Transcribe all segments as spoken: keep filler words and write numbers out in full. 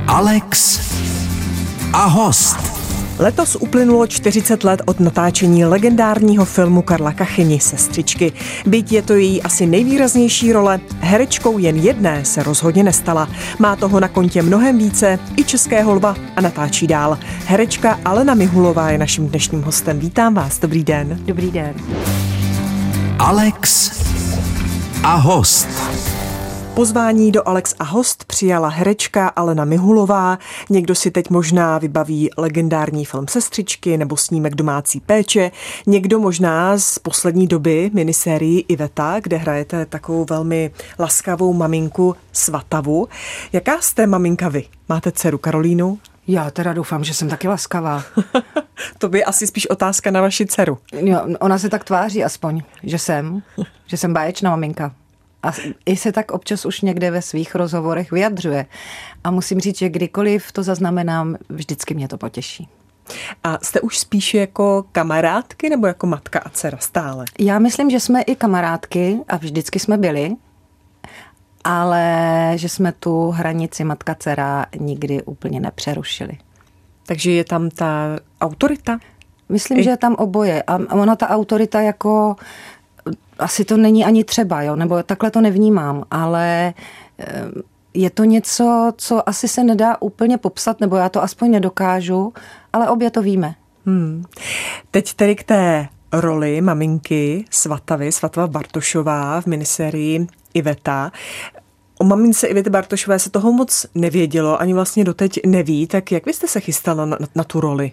Alex a host. Letos uplynulo čtyřicet let od natáčení legendárního filmu Karla Kachyni Sestřičky. Byť je to její asi nejvýraznější role, herečkou jen jedné se rozhodně nestala. Má toho na kontě mnohem více, i Českého lva, a natáčí dál. Herečka Alena Mihulová je naším dnešním hostem. Vítám vás, dobrý den. Dobrý den. Alex a host. Pozvání do Alex a host přijala herečka Alena Mihulová. Někdo si teď možná vybaví legendární film Sestřičky nebo snímek Domácí péče. Někdo možná z poslední doby minisérii Iveta, kde hrajete takovou velmi laskavou maminku Svatavu. Jaká jste maminka vy? Máte dceru Karolínu? Já teda doufám, že jsem taky laskavá. To by asi spíš otázka na vaši dceru. Jo, ona se tak tváří aspoň, že jsem, že jsem báječná maminka. A i se tak občas už někde ve svých rozhovorech vyjadřuje. A musím říct, že kdykoliv to zaznamenám, vždycky mě to potěší. A jste už spíš jako kamarádky nebo jako matka a dcera stále? Já myslím, že jsme i kamarádky a vždycky jsme byli, ale že jsme tu hranici matka-dcera nikdy úplně nepřerušili. Takže je tam ta autorita? Myslím, I... že je tam oboje. A ona ta autorita jako... Asi to není ani třeba, jo? Nebo takhle to nevnímám, ale je to něco, co asi se nedá úplně popsat, nebo já to aspoň nedokážu, ale obě to víme. Hmm. Teď tedy k té roli maminky Svatavy, Svatava Bartošová v minisérii Iveta. O mamince Ivety Bartošové se toho moc nevědělo, ani vlastně doteď neví, tak jak vy jste se chystala na, na tu roli?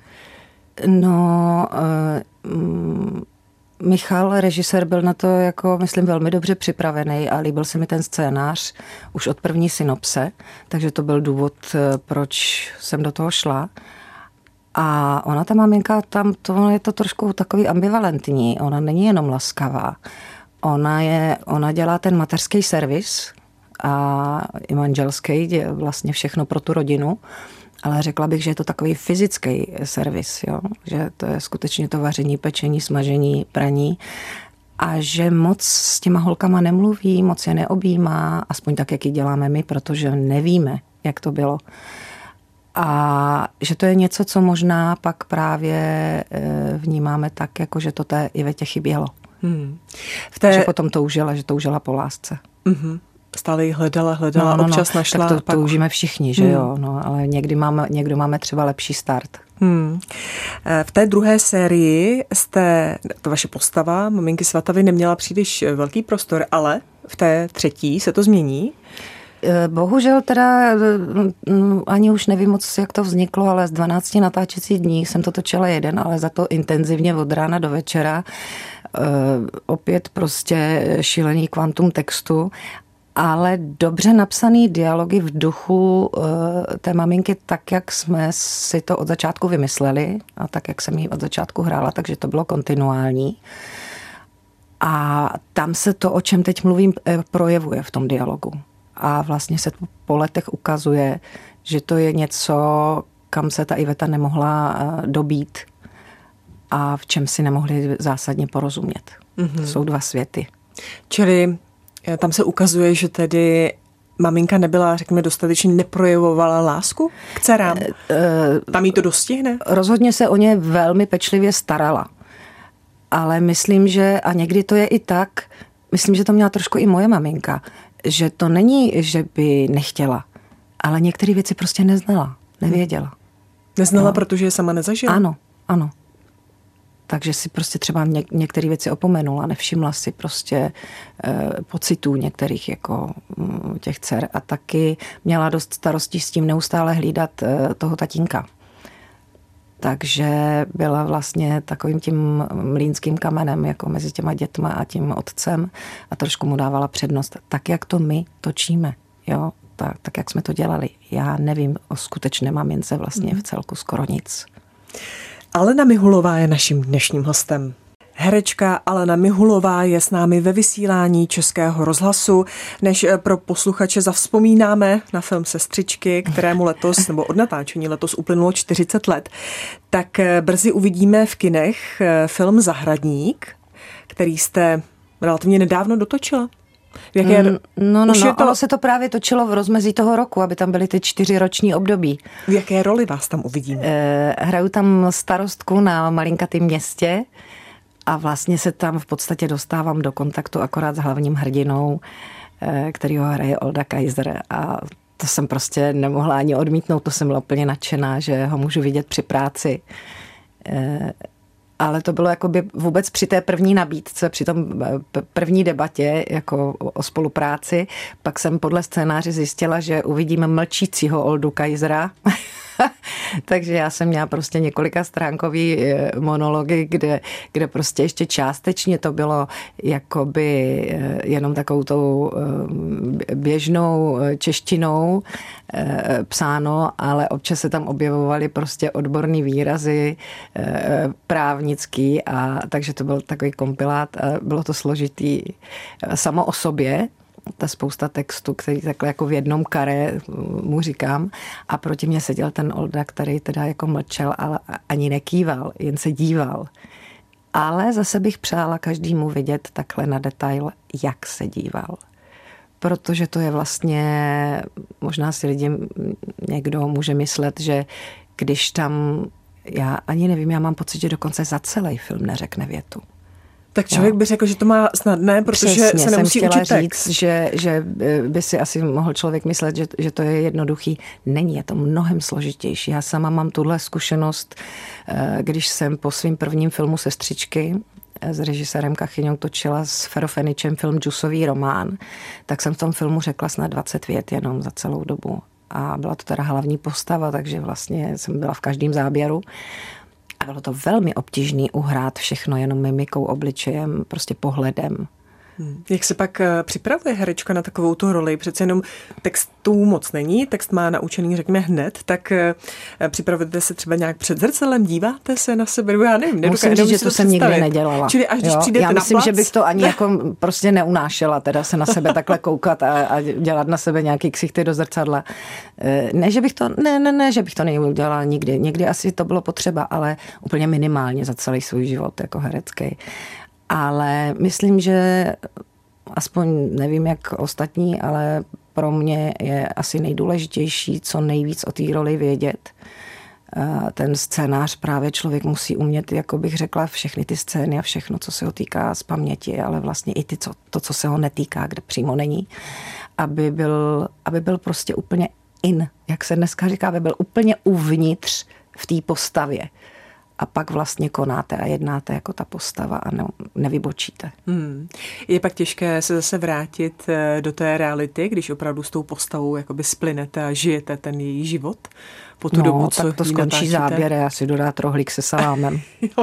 No... Uh, mm, Michal, režisér, byl na to, jako myslím, velmi dobře připravený a líbil se mi ten scénář už od první synopse, takže to byl důvod, proč jsem do toho šla. A ona, ta maminka, tam to je to trošku takový ambivalentní. Ona není jenom laskavá. Ona, je, ona dělá ten mateřský servis a i manželský, vlastně všechno pro tu rodinu. Ale řekla bych, že je to takový fyzický servis, jo? Že to je skutečně to vaření, pečení, smažení, praní a že moc s těma holkama nemluví, moc je neobjímá, aspoň tak, jak ji děláme my, protože nevíme, jak to bylo. A že to je něco, co možná pak právě vnímáme tak, jako že to té Ivetě chybělo. Hmm. V té... Že potom toužila, že toužila po lásce. Mhm. Stále ji hledala, hledala, no, no, občas no, našla. Tak to pak... toužíme všichni, že hmm. jo, no, ale někdy máme, někdo máme třeba lepší start. Hmm. V té druhé sérii jste, to vaše postava, maminky Svatavy, neměla příliš velký prostor, ale v té třetí se to změní? Bohužel teda ani už nevím moc, jak to vzniklo, ale z dvanácti natáčecí dní jsem to točila jeden, ale za to intenzivně od rána do večera. Opět prostě šílený kvantum textu, ale dobře napsaný dialogy v duchu uh, té maminky, tak, jak jsme si to od začátku vymysleli a tak, jak jsem ji od začátku hrála, takže to bylo kontinuální. A tam se to, o čem teď mluvím, projevuje v tom dialogu. A vlastně se po letech ukazuje, že to je něco, kam se ta Iveta nemohla dobít a v čem si nemohli zásadně porozumět. Mm-hmm. To jsou dva světy. Čili tam se ukazuje, že tedy maminka nebyla, řekněme, dostatečně neprojevovala lásku k dcerám. Tam jí to dostihne? Rozhodně se o ně velmi pečlivě starala. Ale myslím, že, a někdy to je i tak, myslím, že to měla trošku i moje maminka, že to není, že by nechtěla, ale některé věci prostě neznala, nevěděla. Neznala, no. Protože je sama nezažila? Ano, ano. Takže si prostě třeba něk- některé věci opomenula, nevšimla si prostě e, pocitů některých jako m, těch dcer a taky měla dost starostí s tím neustále hlídat e, toho tatínka. Takže byla vlastně takovým tím mlýnským kamenem jako mezi těma dětma a tím otcem a trošku mu dávala přednost. Tak, jak to my točíme, jo? Tak, tak jak jsme to dělali. Já nevím o skutečné mamince vlastně v celku skoro nic. Alena Mihulová je naším dnešním hostem. Herečka Alena Mihulová je s námi ve vysílání Českého rozhlasu. Než pro posluchače zavzpomínáme na film Sestřičky, kterému letos, nebo od natáčení letos uplynulo čtyřicet let, tak brzy uvidíme v kinech film Zahradník, který jste relativně nedávno dotočila. Jaké... Mm, no, no, Už no, je to... ono se to právě točilo v rozmezí toho roku, aby tam byly ty čtyři roční období. V jaké roli vás tam uvidíme? E, hraju tam starostku na malinkatém městě a vlastně se tam v podstatě dostávám do kontaktu akorát s hlavním hrdinou, e, který ho hraje Olda Kaiser, a to jsem prostě nemohla ani odmítnout, to jsem byla úplně nadšená, že ho můžu vidět při práci. E, ale to bylo jakoby vůbec při té první nabídce, při tom první debatě jako o spolupráci. Pak jsem podle scénáře zjistila, že uvidíme mlčícího Oldu Kaisera. Takže já jsem měla prostě několika stránkový monology, kde, kde prostě ještě částečně to bylo jakoby jenom takovou tou běžnou češtinou psáno, ale občas se tam objevovaly prostě odborný výrazy právnický, a takže to byl takový kompilát a bylo to složitý samo o sobě. Ta spousta textu, který takhle jako v jednom karé mu říkám, a proti mě seděl ten Olda, který teda jako mlčel, ale ani nekýval, jen se díval. Ale zase bych přála každému vidět takhle na detail, jak se díval. Protože to je vlastně, možná si lidi někdo může myslet, že když tam, já ani nevím, já mám pocit, že dokonce za celý film neřekne větu. Tak člověk no. by řekl, že to má snadné, protože Přesně, se nemusí jsem chtěla učit říct, text. že, že by si asi mohl člověk myslet, že, že to je jednoduchý. Není, je to mnohem složitější. Já sama mám tuhle zkušenost, když jsem po svým prvním filmu Sestřičky s režisérem Kachyňou točila s Ferofeničem film Džusový román, tak jsem v tom filmu řekla snad dvacet vět jenom za celou dobu. A byla to teda hlavní postava, takže vlastně jsem byla v každém záběru. A bylo to velmi obtížné uhrát všechno jenom mimikou, obličejem, prostě pohledem. Hmm. Jak se pak připravuje herečka na takovou tu roli? Přece jenom textů moc není, text má naučený, řekněme, hned, tak připravujete se třeba nějak před zrcadlem, díváte se na sebe? Já nevím, nedokážu. Musím říct, že to jsem nikdy nedělala. Čili až když jo? přijdete Já na myslím, plac, že bych to ani ne. jako prostě neunášela, teda se na sebe takhle koukat a, a dělat na sebe nějaký ksichty do zrcadla. Ne, že bych to, ne, ne, ne, že bych to neudělala nikdy. Někdy asi to bylo potřeba, ale úplně minimálně za celý svůj život jako herecký. Ale myslím, že aspoň nevím jak ostatní, ale pro mě je asi nejdůležitější co nejvíc o té roli vědět. Ten scénář právě člověk musí umět, jako bych řekla, všechny ty scény a všechno, co se ho týká z paměti, ale vlastně i ty, co, to, co se ho netýká, kde přímo není, aby byl, aby byl prostě úplně in, jak se dneska říká, aby byl úplně uvnitř v té postavě. A pak vlastně konáte a jednáte jako ta postava a ne, nevybočíte. Hmm. Je pak těžké se zase vrátit do té reality, když opravdu s tou postavou jakoby splynete a žijete ten její život po tu no, dobu, co tak to skončí natáčíte? záběr a já si dodát rohlík se salámem.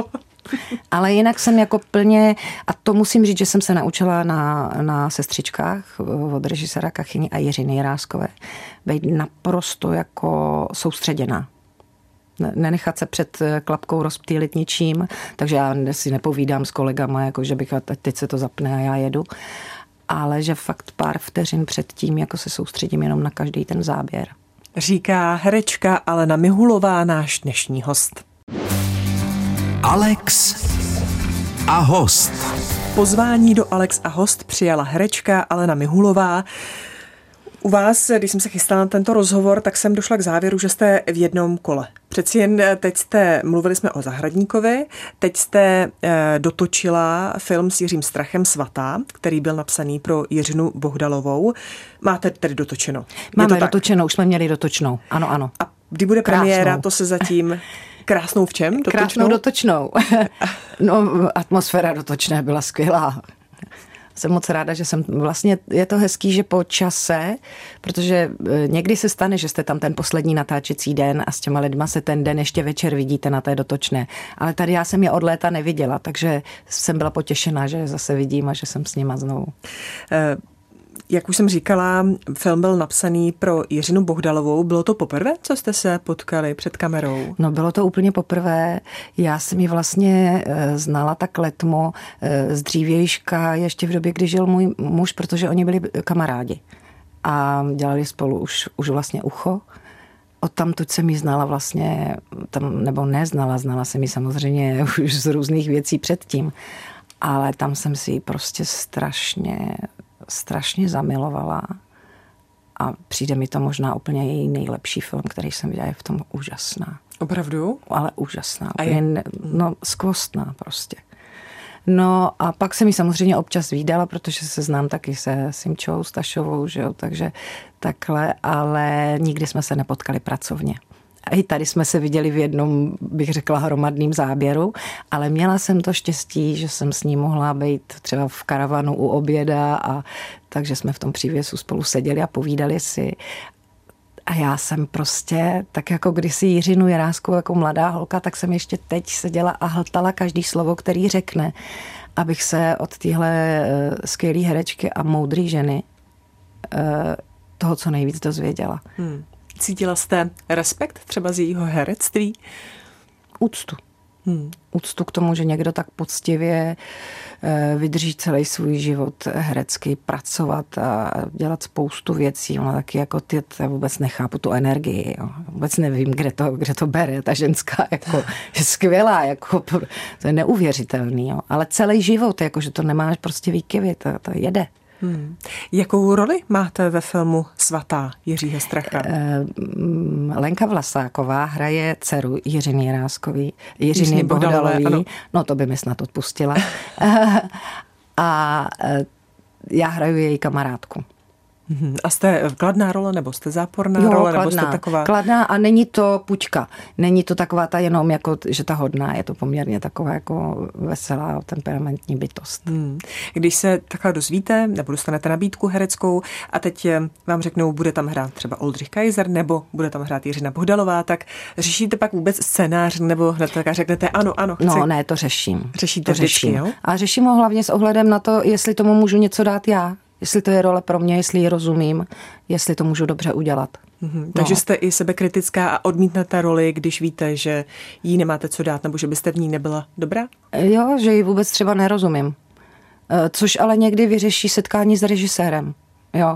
Ale jinak jsem jako plně, a to musím říct, že jsem se naučila na, na Sestřičkách od režiséra Kachyni a Jiřiny Jiráskové, být naprosto jako soustředěná. Nenechat se před klapkou rozptýlit ničím, takže já si nepovídám s kolegama, jako že bych, teď se to zapne a já jedu, ale že fakt pár vteřin před tím, jako se soustředím jenom na každý ten záběr. Říká herečka Alena Mihulová, náš dnešní host. Alex a host. Pozvání do Alex a host přijala herečka Alena Mihulová. U vás, když jsem se chystala na tento rozhovor, tak jsem došla k závěru, že jste v jednom kole. Přeci jen teď jste, mluvili jsme o Zahradníkovi, teď jste e, dotočila film s Jiřím Strachem Svatá, který byl napsaný pro Jiřinu Bohdalovou. Máte tedy dotočeno? Máme dotočenou, už jsme měli dotočnou, ano, ano. A kdy bude Krásnou. Premiéra, to se zatím... Krásnou v čem? Dotočnou? Krásnou dotočnou. No, atmosféra dotočné byla skvělá. Jsem moc ráda, že jsem vlastně, je to hezký, že po čase, protože někdy se stane, že jste tam ten poslední natáčecí den a s těma lidma se ten den ještě večer vidíte na té dotočné. Ale tady já jsem je od léta neviděla, takže jsem byla potěšená, že je zase vidím a že jsem s nima znovu. Eh, jak už jsem říkala, film byl napsaný pro Jiřinu Bohdalovou. Bylo to poprvé, co jste se potkali před kamerou? No bylo to úplně poprvé. Já jsem ji vlastně znala tak letmo z dřívějška, ještě v době, kdy žil můj muž, protože oni byli kamarádi. A dělali spolu už, už vlastně ucho. Odtamtud jsem ji znala vlastně, tam, nebo neznala, znala jsem ji samozřejmě už z různých věcí předtím. Ale tam jsem si ji prostě strašně strašně zamilovala a přijde mi to možná úplně její nejlepší film, který jsem viděla, je v tom úžasná. Opravdu? Ale úžasná. A úplně, ne, no, skvostná prostě. No a pak jsem ji samozřejmě občas vídala, protože se znám taky se Simčou Stašovou, že jo, takže takhle, ale nikdy jsme se nepotkali pracovně. A i tady jsme se viděli v jednom, bych řekla, hromadným záběru, ale měla jsem to štěstí, že jsem s ní mohla být třeba v karavanu u oběda a takže jsme v tom přívěsu spolu seděli a povídali si. A já jsem prostě, tak jako kdysi Jiřinu Jiráskovou jako mladá holka, tak jsem ještě teď seděla a hltala každý slovo, který řekne, abych se od téhle skvělé herečky a moudré ženy toho co nejvíc dozvěděla. Hmm. Cítila jste respekt třeba z jejího herectví? Úctu. Hmm. Úctu k tomu, že někdo tak poctivě vydrží celý svůj život herecky, pracovat a dělat spoustu věcí. Ona taky jako ty, já vůbec nechápu tu energii. Jo. Vůbec nevím, kde to, kde to bere. Ta ženská jako, je skvělá, jako, to je neuvěřitelný. Jo. Ale celý život, jako, že to nemáš prostě výkyvy, to, to jede. Hmm. Jakou roli máte ve filmu Svatá Jiřího Stracha? Lenka Vlasáková hraje dceru Jiřiny Jiráskový, Jiřiny Bohdalový. No to by mi snad odpustila. A já hraju její kamarádku. A jste kladná role, nebo jste záporná jo, role, kladná, nebo jste taková? Kladná a není to puťka. Není to taková ta jenom, jako, že ta hodná, je to poměrně taková jako veselá, temperamentní bytost. Hmm. Když se takhle dozvíte, nebo dostanete nabídku hereckou a teď vám řeknou, bude tam hrát třeba Oldřich Kaiser, nebo bude tam hrát Jiřina Bohdalová, tak řešíte pak vůbec scénář, nebo hned tak řeknete ano, ano, chci. No ne, to řeším. Řešíte to vždycky, řeším. Jo? A řeším ho hlavně s ohledem na to, jestli tomu můžu něco dát já. Jestli to je role pro mě, jestli ji rozumím, jestli to můžu dobře udělat. Mm-hmm. Takže no. jste i sebekritická a odmítnete roli, když víte, že jí nemáte co dát, nebo že byste v ní nebyla dobrá? Jo, že ji vůbec třeba nerozumím. Což ale někdy vyřeší setkání s režisérem. Jo.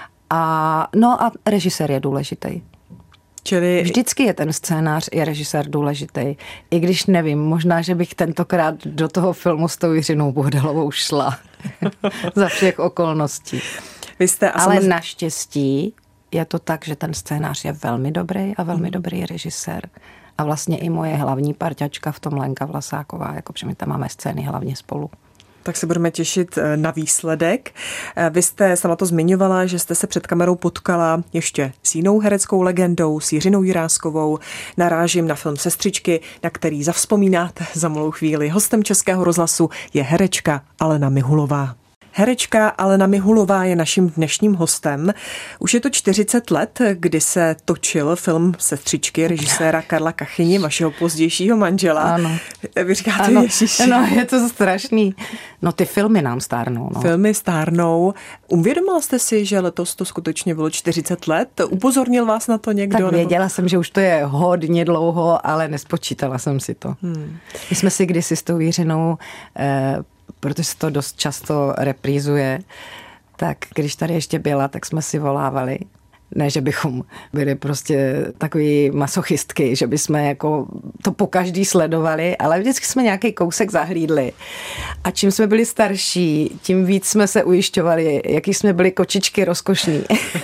A, no a režisér je důležitý. Čili... Vždycky je ten scénář i režisér důležitý. I když nevím, možná, že bych tentokrát do toho filmu s tou Jiřinou Bohdalovou šla. Za všech okolností. Vy jste Ale samozřejmě... naštěstí je to tak, že ten scénář je velmi dobrý a velmi dobrý režisér. A vlastně i moje hlavní parťačka v tom Lenka Vlasáková, jako protože my tam máme scény hlavně spolu. Tak se budeme těšit na výsledek. Vy jste sama to zmiňovala, že jste se před kamerou potkala ještě s jinou hereckou legendou, s Jiřinou Jiráskovou. Narážím na film Sestřičky, na který zavzpomínáte za malou chvíli. Hostem Českého rozhlasu je herečka Alena Mihulová. Herečka Alena Mihulová je naším dnešním hostem. Už je to čtyřicet let, kdy se točil film Sestřičky režiséra Karla Kachyni, vašeho pozdějšího manžela. Ano. Vy říkáte, ano. Ježiši. No, je to strašný. No, ty filmy nám stárnou. No. Filmy stárnou. Uvědomila jste si, že letos to skutečně bylo čtyřicet let? Upozornil vás na to někdo? Tak věděla nebo... jsem, že už to je hodně dlouho, ale nespočítala jsem si to. Hmm. My jsme si kdysi s tou Jiřinou... Eh, protože se to dost často reprízuje, tak když tady ještě byla, tak jsme si volávali. Ne, že bychom byli prostě takový masochistky, že bychom jako to po každý sledovali, ale vždycky jsme nějaký kousek zahlídli. A čím jsme byli starší, tím víc jsme se ujišťovali, jaký jsme byli kočičky rozkošní.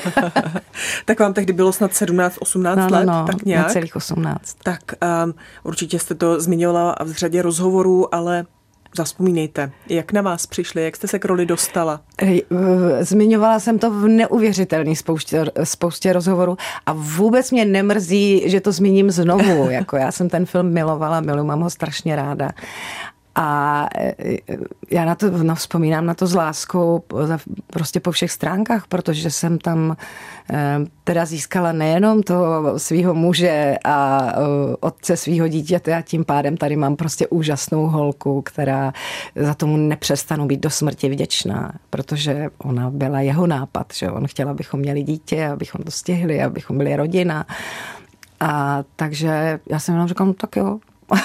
Tak vám tehdy bylo snad sedmnáct osmnáct no, no, let? No, tak nějak? necelých osmnáct. Tak um, určitě jste to zmiňovala v řadě rozhovorů, ale zavzpomínejte, jak na vás přišli, jak jste se k roli dostala? Zmiňovala jsem to v neuvěřitelné spoustě, spoustě rozhovorů a vůbec mě nemrzí, že to zmíním znovu. Jako já jsem ten film milovala, miluji, mám ho strašně ráda. A já na to no, vzpomínám na to s láskou prostě po všech stránkách, protože jsem tam teda získala nejenom toho svýho muže a otce svýho dítěte a tím pádem tady mám prostě úžasnou holku, která za tomu nepřestanu být do smrti vděčná, protože ona byla jeho nápad, že on chtěl, abychom měli dítě, abychom to stihli, abychom byli rodina. A takže já jsem jenom říkala, no tak jo.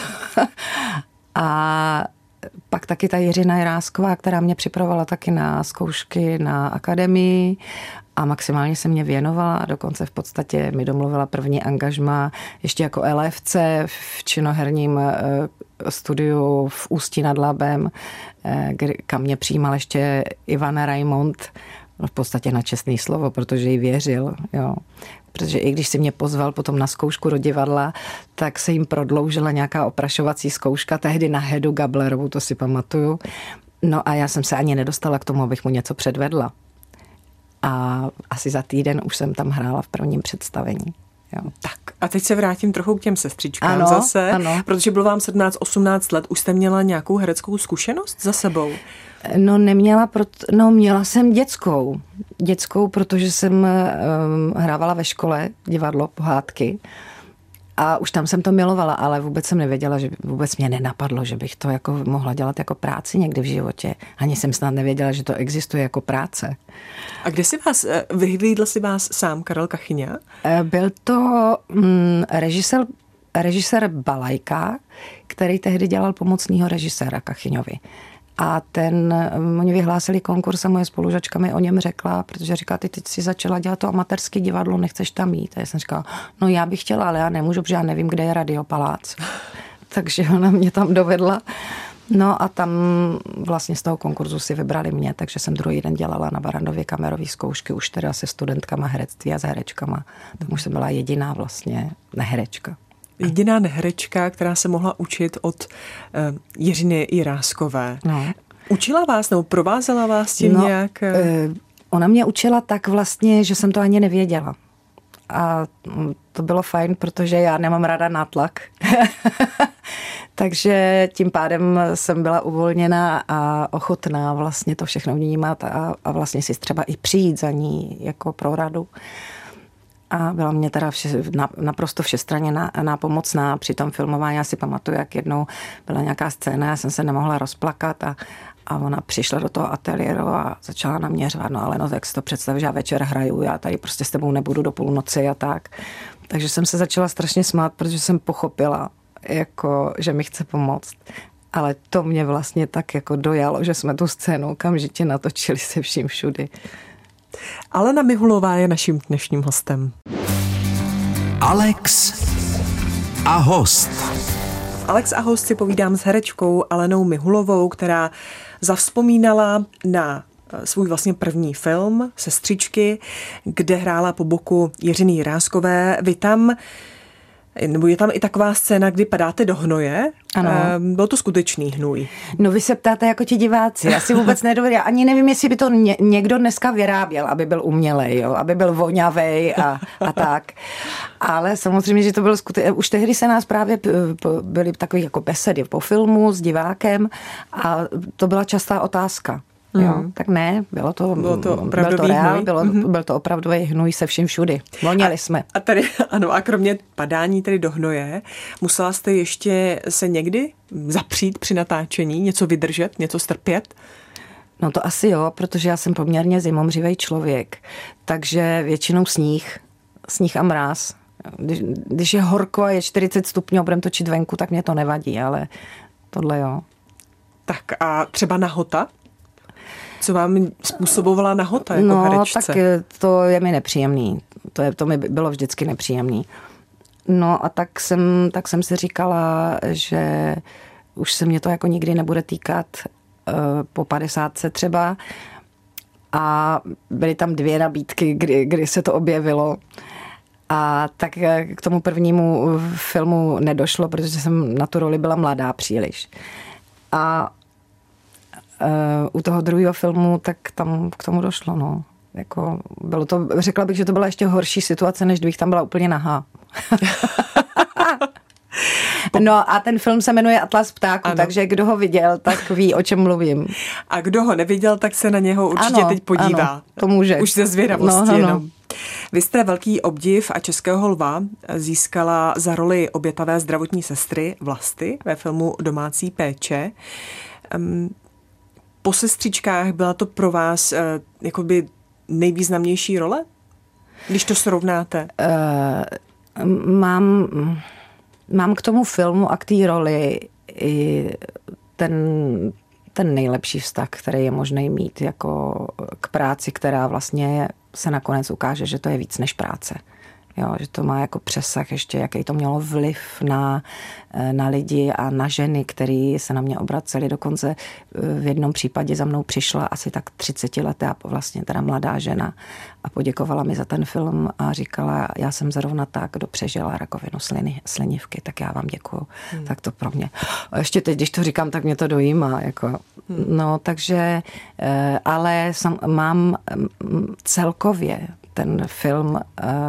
A pak taky ta Jiřina Jirásková, která mě připravovala taky na zkoušky na akademii a maximálně se mě věnovala a dokonce v podstatě mi domluvila první angažma ještě jako elevce v činoherním studiu v Ústí nad Labem, kam mě přijímal ještě Ivan Raimond, v podstatě na čestné slovo, protože jí věřil, jo. Protože i když si mě pozval potom na zkoušku do divadla, tak se jim prodloužila nějaká oprašovací zkouška, tehdy na Hedu Gablerovou, to si pamatuju. No a já jsem se ani nedostala k tomu, abych mu něco předvedla. A asi za týden už jsem tam hrála v prvním představení. Jo. Tak a teď se vrátím trochu k těm sestřičkám ano, zase, ano. Protože bylo vám sedmnáct osmnáct let, už jste měla nějakou hereckou zkušenost za sebou? No neměla, proto, no měla jsem dětskou. Dětskou, protože jsem um, hrávala ve škole divadlo, pohádky. A už tam jsem to milovala, ale vůbec jsem nevěděla, že vůbec mě nenapadlo, že bych to jako mohla dělat jako práci někdy v životě. Ani jsem snad nevěděla, že to existuje jako práce. A kde si vás, vyhlídl si vás sám Karel Kachyňa? Byl to mm, režisér, režisér Balajka, který tehdy dělal pomocného režiséra Kachyňovi. A ten, oni vyhlásili konkurs a moje spolužačka mi o něm řekla, protože říká, ty teď si začala dělat to amatérské divadlo, nechceš tam jít. A já jsem říkala, no já bych chtěla, ale já nemůžu, protože já nevím, kde je Radiopalác. Takže ona mě tam dovedla. No a tam vlastně z toho konkurzu si vybrali mě, takže jsem druhý den dělala na Barrandově kamerové zkoušky, už teda se studentkama herectví a s herečkama. Tam už jsem byla jediná vlastně neherečka. Jediná neherečka, která se mohla učit od uh, Jiřiny Jiráskové. No. Učila vás nebo provázela vás tím no, nějak? Uh, ona mě učila tak vlastně, že jsem to ani nevěděla. A to bylo fajn, protože já nemám ráda nátlak. Takže tím pádem jsem byla uvolněná a ochotná vlastně to všechno vnímat a, a vlastně si třeba i přijít za ní jako pro radu. A byla mě teda vše, naprosto všestranně nápomocná při tom filmování. Já si pamatuju, jak jednou byla nějaká scéna, já jsem se nemohla rozplakat a, a ona přišla do toho ateliéru a začala na mě řvát, no ale no, tak si to představ, že já večer hraju, já tady prostě s tebou nebudu do půlnoci a tak. Takže jsem se začala strašně smát, protože jsem pochopila, jako, že mi chce pomoct. Ale to mě vlastně tak jako dojalo, že jsme tu scénu okamžitě natočili se vším všudy. Alena Mihulová je naším dnešním hostem. Alex a host. Alex a host si povídám s herečkou Alenou Mihulovou, která zavzpomínala na svůj vlastně první film Sestřičky, kde hrála po boku Jiřiny Jiráskové. Vy tam, nebo je tam i taková scéna, kdy padáte do hnoje. Ano. Byl to skutečný hnůj. No vy se ptáte jako ti diváci. Já si vůbec nedovedu. Já ani nevím, jestli by to ně, někdo dneska vyráběl, aby byl umělej, jo? Aby byl voňavej a, a tak. Ale samozřejmě, že to bylo skutečně. Už tehdy se nás právě byly takové jako besedy po filmu s divákem a to byla častá otázka. Mm. Jo, tak ne, bylo to, bylo to, bylo to reál, bylo, mm-hmm. byl to opravdový hnůj se vším všudy. Voněli jsme. A tady, ano, a kromě padání tedy do hnoje, musela jste ještě se někdy zapřít při natáčení, něco vydržet, něco strpět? No to asi jo, protože já jsem poměrně zimomřivej člověk, takže většinou sníh, sníh a mráz. Když, když je horko a je čtyřicet stupňů a budeme točit venku, tak mě to nevadí, ale tohle jo. Tak a třeba nahota? Co vám způsobovala nahota jako no, herečce? No, tak to je mi nepříjemný. To, je, to mi bylo vždycky nepříjemný. No a tak jsem, tak jsem si říkala, že už se mě to jako nikdy nebude týkat uh, po padesátce třeba. A byly tam dvě nabídky, kdy, kdy se to objevilo. A tak k tomu prvnímu filmu nedošlo, protože jsem na tu roli byla mladá příliš. A Uh, u toho druhého filmu, tak tam k tomu došlo, no. Jako, bylo to, řekla bych, že to byla ještě horší situace, než kdybych tam byla úplně nahá. No a ten film se jmenuje Atlas ptáků, ano. Takže kdo ho viděl, tak ví, o čem mluvím. A kdo ho neviděl, tak se na něho určitě ano, teď podívá. Ano, to může. Už ze zvědavosti no, no, jenom. No. Vy jste velký obdiv a Českého lva získala za roli obětavé zdravotní sestry Vlasty ve filmu Domácí péče. Um, Po sestřičkách byla to pro vás uh, jakoby nejvýznamnější role? Když to srovnáte? Uh, mám, mám k tomu filmu a k té roli i ten, ten nejlepší vztah, který je možný mít jako k práci, která vlastně se nakonec ukáže, že to je víc než práce. Jo, že to má jako přesah ještě, jaký to mělo vliv na, na lidi a na ženy, který se na mě obraceli. Dokonce v jednom případě za mnou přišla asi tak třicetiletá vlastně teda mladá žena a poděkovala mi za ten film a říkala, já jsem zrovna ta, kdo přežila rakovinu sliny, slinivky, tak já vám děkuju. Hmm. Tak to pro mě. A ještě teď, když to říkám, tak mě to dojímá. Jako. Hmm. No, takže, ale sam, mám celkově ten film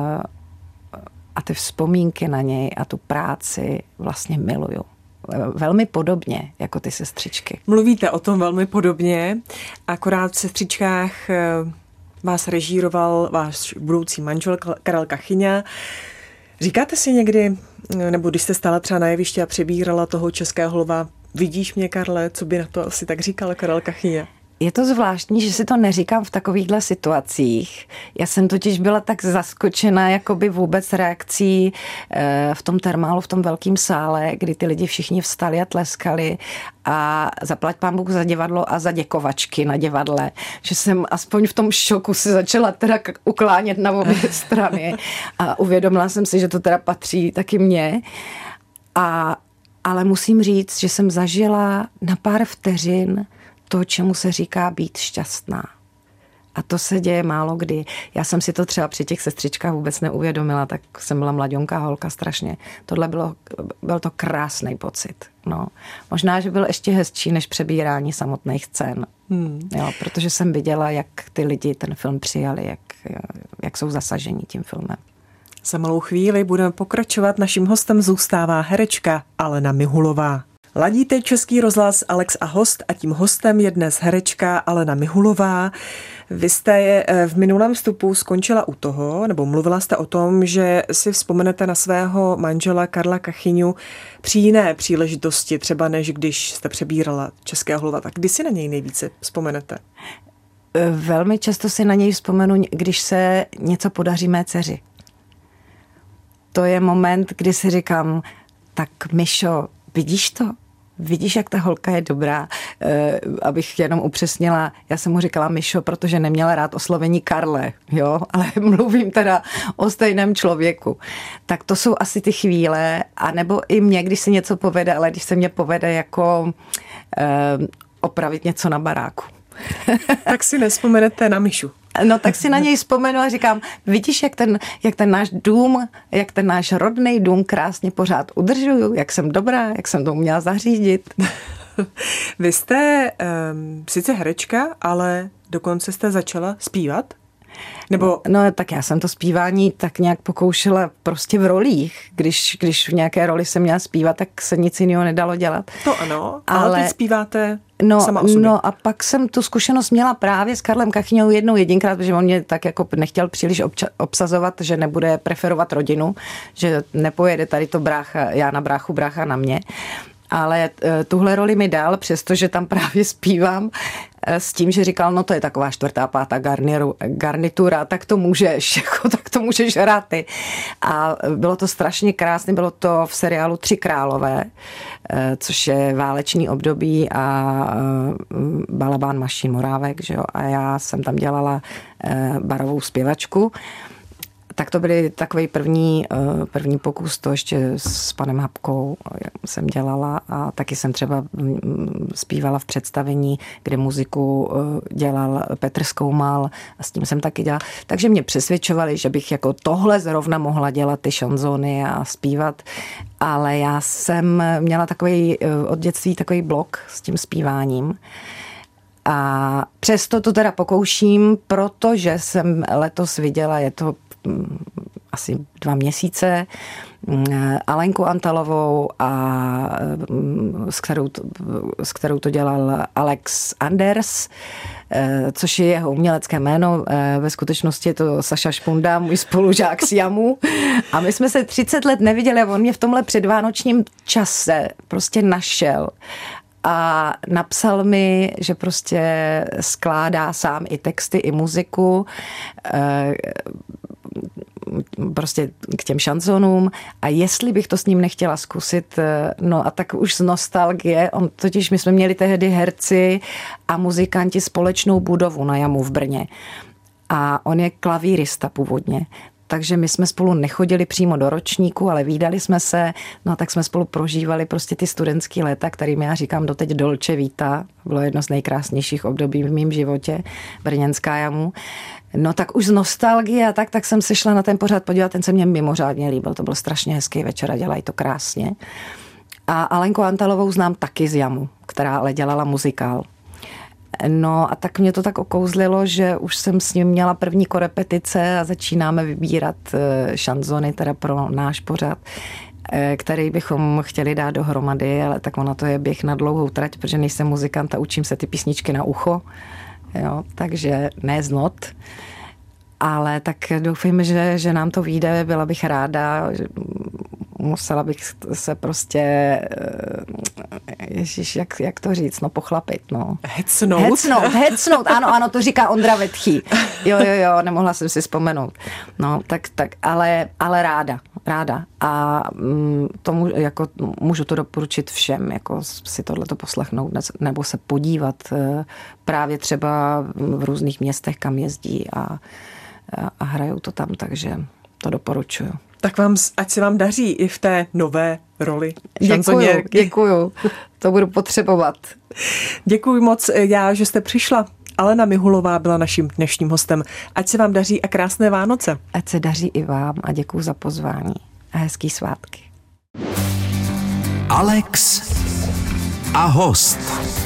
a ty vzpomínky na něj a tu práci vlastně miluju. Velmi podobně, jako ty sestřičky. Mluvíte o tom velmi podobně, akorát v Sestřičkách vás režíroval váš budoucí manžel Karel Kachyňa. Říkáte si někdy, nebo když jste stála třeba na jevišti a přebírala toho českého lva, vidíš mě, Karle, co by na to asi tak říkal Karel Kachyňa? Je to zvláštní, že si to neříkám v takovýchhle situacích. Já jsem totiž byla tak zaskočena jakoby vůbec reakcí v tom termálu, v tom velkém sále, kdy ty lidi všichni vstali a tleskali a zaplať pán Bůh za divadlo a za děkovačky na divadle, že jsem aspoň v tom šoku si začala teda uklánět na obě strany a uvědomila jsem si, že to teda patří taky mně. A, ale musím říct, že jsem zažila na pár vteřin to, čemu se říká být šťastná. A to se děje málo kdy. Já jsem si to třeba při těch sestřičkách vůbec neuvědomila, tak jsem byla mladionká holka strašně. Tohle bylo, byl to krásný pocit. No. Možná, že byl ještě hezčí než přebírání samotných scén. Hmm. Jo, protože jsem viděla, jak ty lidi ten film přijali, jak, jak jsou zasažení tím filmem. Za malou chvíli budeme pokračovat. Naším hostem zůstává herečka Alena Mihulová. Ladíte Český rozhlas Alex a host a tím hostem je dnes herečka Alena Mihulová. Vy jste v minulém vstupu skončila u toho, nebo mluvila jste o tom, že si vzpomenete na svého manžela Karla Kachyňu při jiné příležitosti, třeba než když jste přebírala Českého lva. Tak kdy si na něj nejvíce vzpomenete? Velmi často si na něj vzpomenu, když se něco podaří mé dceři. To je moment, kdy si říkám, tak Mišo, vidíš to? Vidíš, jak ta holka je dobrá? E, abych jenom upřesnila, já jsem mu říkala Mišo, protože neměla rád oslovení Karle, jo? Ale mluvím teda o stejném člověku. Tak to jsou asi ty chvíle, anebo i mě, když se něco povede, ale když se mě povede jako e, opravit něco na baráku. Tak si nevzpomenete na Mišu. No tak si na něj vzpomenu a říkám, vidíš, jak ten, jak ten náš dům, jak ten náš rodný dům krásně pořád udržuju, jak jsem dobrá, jak jsem to uměla zařídit. Vy jste um, sice herečka, ale dokonce jste začala zpívat? Nebo... No tak já jsem to zpívání tak nějak pokoušela prostě v rolích. Když, když v nějaké roli jsem měla zpívat, tak se nic jiného nedalo dělat. To ano, ale, ale teď zpíváte no, sama o sobě. No a pak jsem tu zkušenost měla právě s Karlem Kachyňou jednou jedinkrát, protože on mě tak jako nechtěl příliš obča- obsazovat, že nebude preferovat rodinu, že nepojede tady to brácha, já na bráchu, brácha na mě. Ale tuhle roli mi dal, přestože tam právě zpívám s tím, že říkal, no to je taková čtvrtá, pátá garniru, garnitura, tak to můžeš, jako, tak to můžeš hrát ty. A bylo to strašně krásné, bylo to v seriálu Tři králové, což je válečný období a Balabán Mašín Morávek, že jo? A já jsem tam dělala barovou zpěvačku. Tak to byly takový první, první pokus, to ještě s panem Hapkou jsem dělala a taky jsem třeba zpívala v představení, kde muziku dělal Petr Skoumal a s tím jsem taky dělala. Takže mě přesvědčovali, že bych jako tohle zrovna mohla dělat ty šanzony a zpívat, ale já jsem měla takový od dětství takový blok s tím zpíváním. A přesto to teda pokouším, protože jsem letos viděla, je to asi dva měsíce, Alenku Antalovou, a s kterou, to, s kterou to dělal Alex Anders, což je jeho umělecké jméno. Ve skutečnosti je to Saša Špunda, můj spolužák z Jamu. A my jsme se třicet let neviděli a on mě v tomhle předvánočním čase prostě našel. A napsal mi, že prostě skládá sám i texty, i muziku, prostě k těm šanzonům a jestli bych to s ním nechtěla zkusit, no a tak už z nostalgie, on totiž my jsme měli tehdy herci a muzikanti společnou budovu na Jamu v Brně a on je klavírista původně. takže my jsme spolu nechodili přímo do ročníku, ale vídali jsme se, no tak jsme spolu prožívali prostě ty studentský léta, kterým já říkám doteď Dolce Vita, bylo jedno z nejkrásnějších období v mém životě, brněnská jamu. No tak už z nostalgie a tak, tak jsem se šla na ten pořad podívat, ten se mě mimořádně líbil, to byl strašně hezký večer a dělají to krásně. A Alenku Antalovou znám taky z jamu, která ale dělala muzikál. No a tak mě to tak okouzlilo, že už jsem s ním měla první korepetice a začínáme vybírat šanzony teda pro náš pořad, který bychom chtěli dát dohromady, ale tak ono to je běh na dlouhou trať, protože nejsem muzikant a učím se ty písničky na ucho, jo, takže ne z not. Ale tak doufejme, že, že nám to vyjde, byla bych ráda, musela bych se prostě, ježiš, jak, jak to říct, no pochlapit, no. Hecnout? Hecnout, hecnout, ano, ano, to říká Ondra Vetchý. Jo, jo, jo, nemohla jsem si vzpomenout. No, tak, tak, ale, ale ráda, ráda. A tomu, jako, můžu to doporučit všem, jako si tohleto poslechnout, nebo se podívat právě třeba v různých městech, kam jezdí a a hrajou to tam, takže to doporučuju. Tak vám, ať se vám daří i v té nové roli šanzonierky. Děkuju, to budu potřebovat. Děkuji moc já, že jste přišla. Alena Mihulová byla naším dnešním hostem. Ať se vám daří a krásné Vánoce. Ať se daří i vám a děkuji za pozvání a hezký svátky. Alex a host.